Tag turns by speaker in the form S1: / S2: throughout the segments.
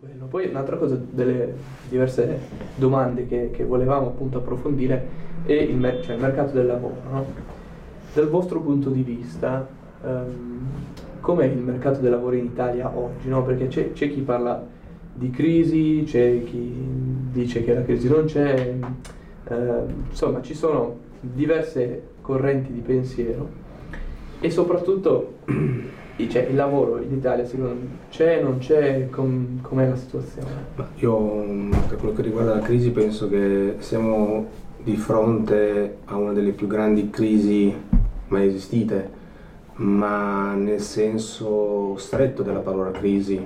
S1: quello. Poi un'altra cosa, delle diverse domande che volevamo appunto approfondire è il mercato del lavoro, no? Dal vostro punto di vista, com'è il mercato del lavoro in Italia oggi, no? Perché c'è chi parla di crisi, c'è chi dice che la crisi non c'è, insomma ci sono diverse correnti di pensiero e soprattutto il lavoro in Italia secondo me c'è, non c'è, com'è la situazione?
S2: Ma io per quello che riguarda la crisi penso che siamo di fronte a una delle più grandi crisi mai esistite, ma nel senso stretto della parola crisi,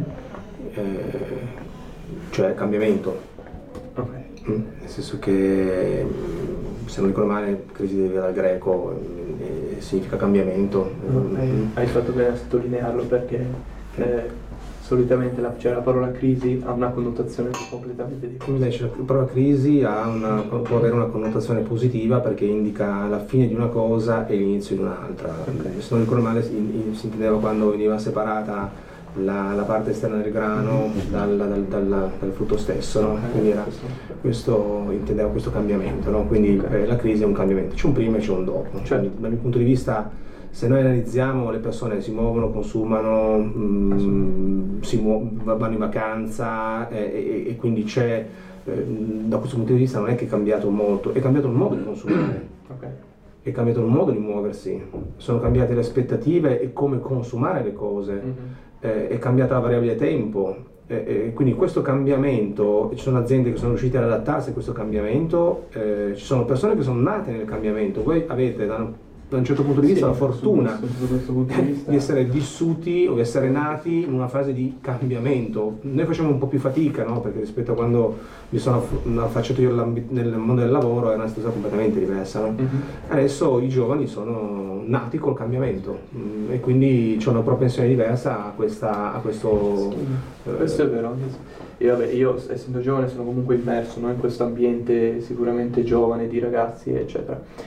S2: cioè cambiamento.
S1: Okay.
S2: Nel senso che, se non ricordo male, crisi deriva dal greco, significa cambiamento.
S1: Hai fatto bene a sottolinearlo perché solitamente la parola crisi ha una connotazione completamente diversa.
S2: Invece la parola crisi può avere una connotazione positiva perché indica la fine di una cosa e l'inizio di un'altra.
S1: Okay.
S2: Se non ricordo male si intendeva quando veniva separata la parte esterna del grano dal frutto stesso, no?
S1: Okay.
S2: Quindi intendeva questo cambiamento, no? Quindi la crisi è un cambiamento, c'è un prima e c'è un dopo.
S1: Certo.
S2: Quindi, dal mio punto di vista, se noi analizziamo, le persone si muovono, consumano, vanno in vacanza e quindi c'è, da questo punto di vista non è che è cambiato molto, è cambiato il modo di consumare, è cambiato il modo di muoversi, sono cambiate le aspettative e come consumare le cose, è cambiata la variabile tempo, quindi questo cambiamento, ci sono aziende che sono riuscite ad adattarsi a questo cambiamento, ci sono persone che sono nate nel cambiamento, voi avete da un certo punto di vista la fortuna di essere vissuti o di essere nati in una fase di cambiamento. Noi facciamo un po' più fatica, no? Perché rispetto a quando mi sono affacciato io nel mondo del lavoro è una situazione completamente diversa, no? Adesso i giovani sono nati col cambiamento e quindi c'è una propensione diversa a questo.
S1: Questo è vero. Io essendo giovane sono comunque immerso, no, in questo ambiente sicuramente giovane di ragazzi eccetera.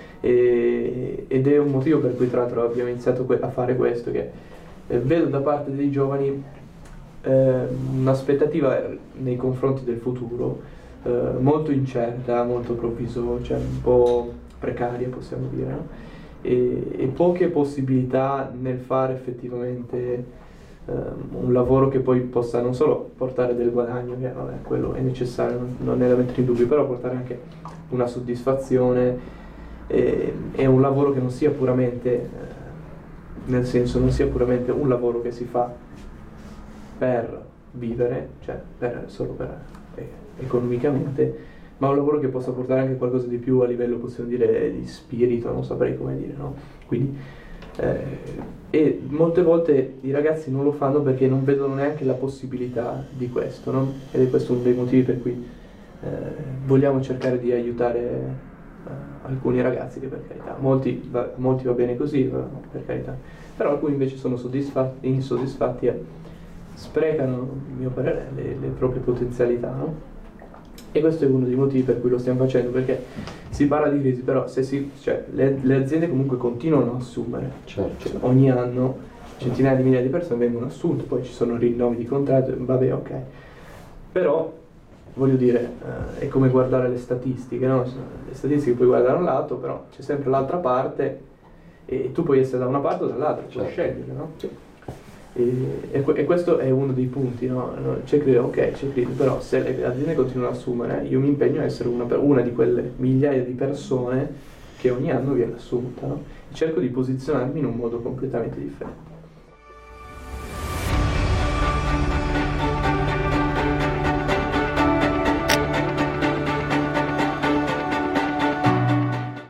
S1: Ed è un motivo per cui tra l'altro abbiamo iniziato a fare questo, che vedo da parte dei giovani un'aspettativa nei confronti del futuro molto incerta, molto provvisoria, cioè un po' precaria possiamo dire, no? E poche possibilità nel fare effettivamente un lavoro che poi possa non solo portare del guadagno, che vabbè, quello è necessario, non è da mettere in dubbio, però portare anche una soddisfazione. È un lavoro che non sia puramente, nel senso non sia puramente un lavoro che si fa per vivere, cioè solo per economicamente, ma un lavoro che possa portare anche qualcosa di più a livello, possiamo dire, di spirito, non saprei come dire, no? Quindi, e molte volte i ragazzi non lo fanno perché non vedono neanche la possibilità di questo, no? Ed è questo uno dei motivi per cui vogliamo cercare di aiutare alcuni ragazzi, che per carità, molti va bene così, per carità, però alcuni invece sono insoddisfatti e sprecano, a mio parere, le proprie potenzialità, no? E questo è uno dei motivi per cui lo stiamo facendo, perché si parla di crisi, però le aziende comunque continuano a assumere,
S3: certo.
S1: Cioè, ogni anno centinaia di migliaia di persone vengono assunte, poi ci sono rinnovi di contratto, vabbè, ok, però voglio dire, è come guardare le statistiche, no? Le statistiche puoi guardare da un lato, però c'è sempre l'altra parte e tu puoi essere da una parte o dall'altra, puoi scegliere, no? E questo è uno dei punti, no? C'è crisi, però se le aziende continuano ad assumere, io mi impegno a essere una di quelle migliaia di persone che ogni anno viene assunta, no? E cerco di posizionarmi in un modo completamente differente.